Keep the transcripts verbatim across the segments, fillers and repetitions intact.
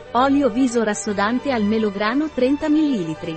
Olio viso rassodante al melograno trenta millilitri.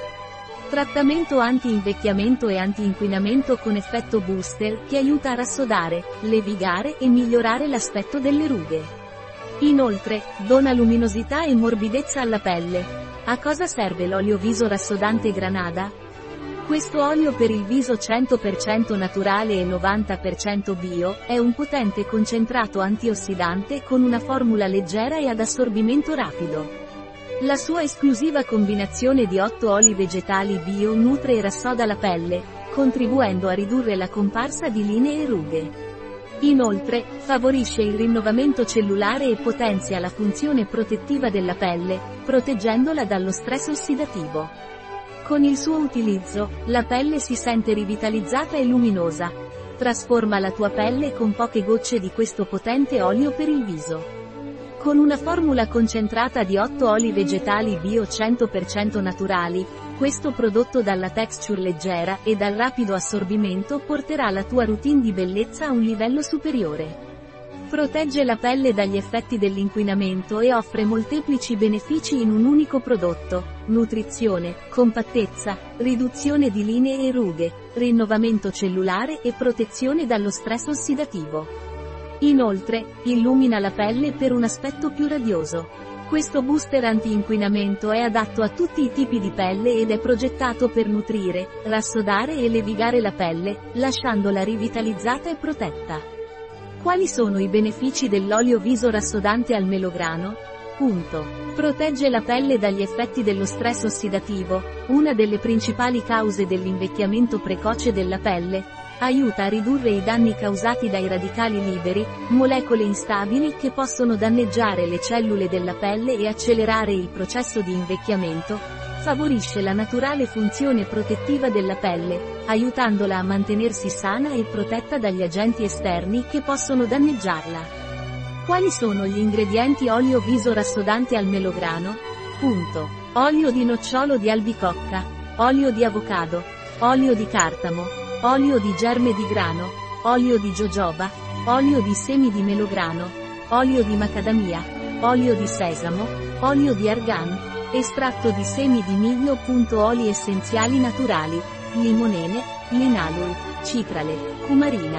Trattamento anti-invecchiamento e anti-inquinamento con effetto booster che aiuta a rassodare, levigare e migliorare l'aspetto delle rughe. Inoltre, dona luminosità e morbidezza alla pelle. A cosa serve l'olio viso rassodante Granada? Questo olio per il viso cento per cento naturale e novanta per cento bio, è un potente concentrato antiossidante con una formula leggera e ad assorbimento rapido. La sua esclusiva combinazione di otto oli vegetali bio nutre e rassoda la pelle, contribuendo a ridurre la comparsa di linee e rughe. Inoltre, favorisce il rinnovamento cellulare e potenzia la funzione protettiva della pelle, proteggendola dallo stress ossidativo. Con il suo utilizzo, la pelle si sente rivitalizzata e luminosa. Trasforma la tua pelle con poche gocce di questo potente olio per il viso. Con una formula concentrata di otto oli vegetali bio cento per cento naturali, questo prodotto dalla texture leggera e dal rapido assorbimento porterà la tua routine di bellezza a un livello superiore. Protegge la pelle dagli effetti dell'inquinamento e offre molteplici benefici in un unico prodotto: nutrizione, compattezza, riduzione di linee e rughe, rinnovamento cellulare e protezione dallo stress ossidativo. Inoltre, illumina la pelle per un aspetto più radioso. Questo booster anti-inquinamento è adatto a tutti i tipi di pelle ed è progettato per nutrire, rassodare e levigare la pelle, lasciandola rivitalizzata e protetta. Quali sono i benefici dell'olio viso rassodante al melograno? Punto. Protegge la pelle dagli effetti dello stress ossidativo, una delle principali cause dell'invecchiamento precoce della pelle. Aiuta a ridurre i danni causati dai radicali liberi, molecole instabili che possono danneggiare le cellule della pelle e accelerare il processo di invecchiamento. Favorisce la naturale funzione protettiva della pelle, aiutandola a mantenersi sana e protetta dagli agenti esterni che possono danneggiarla. Quali sono gli ingredienti olio viso rassodante al melograno? Punto. Olio di nocciolo di albicocca, olio di avocado, olio di cartamo, olio di germe di grano, olio di jojoba, olio di semi di melograno, olio di macadamia, olio di sesamo, olio di argan, estratto di semi di miglio. Oli essenziali naturali, limonene, linalool, cicrale, cumarina.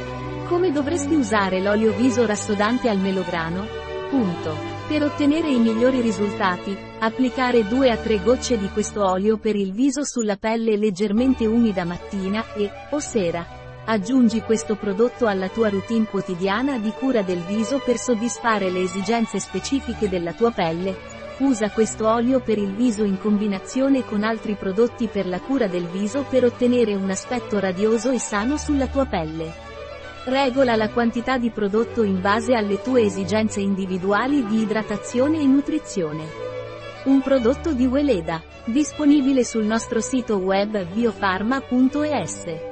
Come dovresti usare l'olio viso rassodante al melograno? Punto. Per ottenere i migliori risultati, applicare due a tre gocce di questo olio per il viso sulla pelle leggermente umida mattina e, o sera. Aggiungi questo prodotto alla tua routine quotidiana di cura del viso per soddisfare le esigenze specifiche della tua pelle. Usa questo olio per il viso in combinazione con altri prodotti per la cura del viso per ottenere un aspetto radioso e sano sulla tua pelle. Regola la quantità di prodotto in base alle tue esigenze individuali di idratazione e nutrizione. Un prodotto di Weleda, disponibile sul nostro sito web biofarma punto es.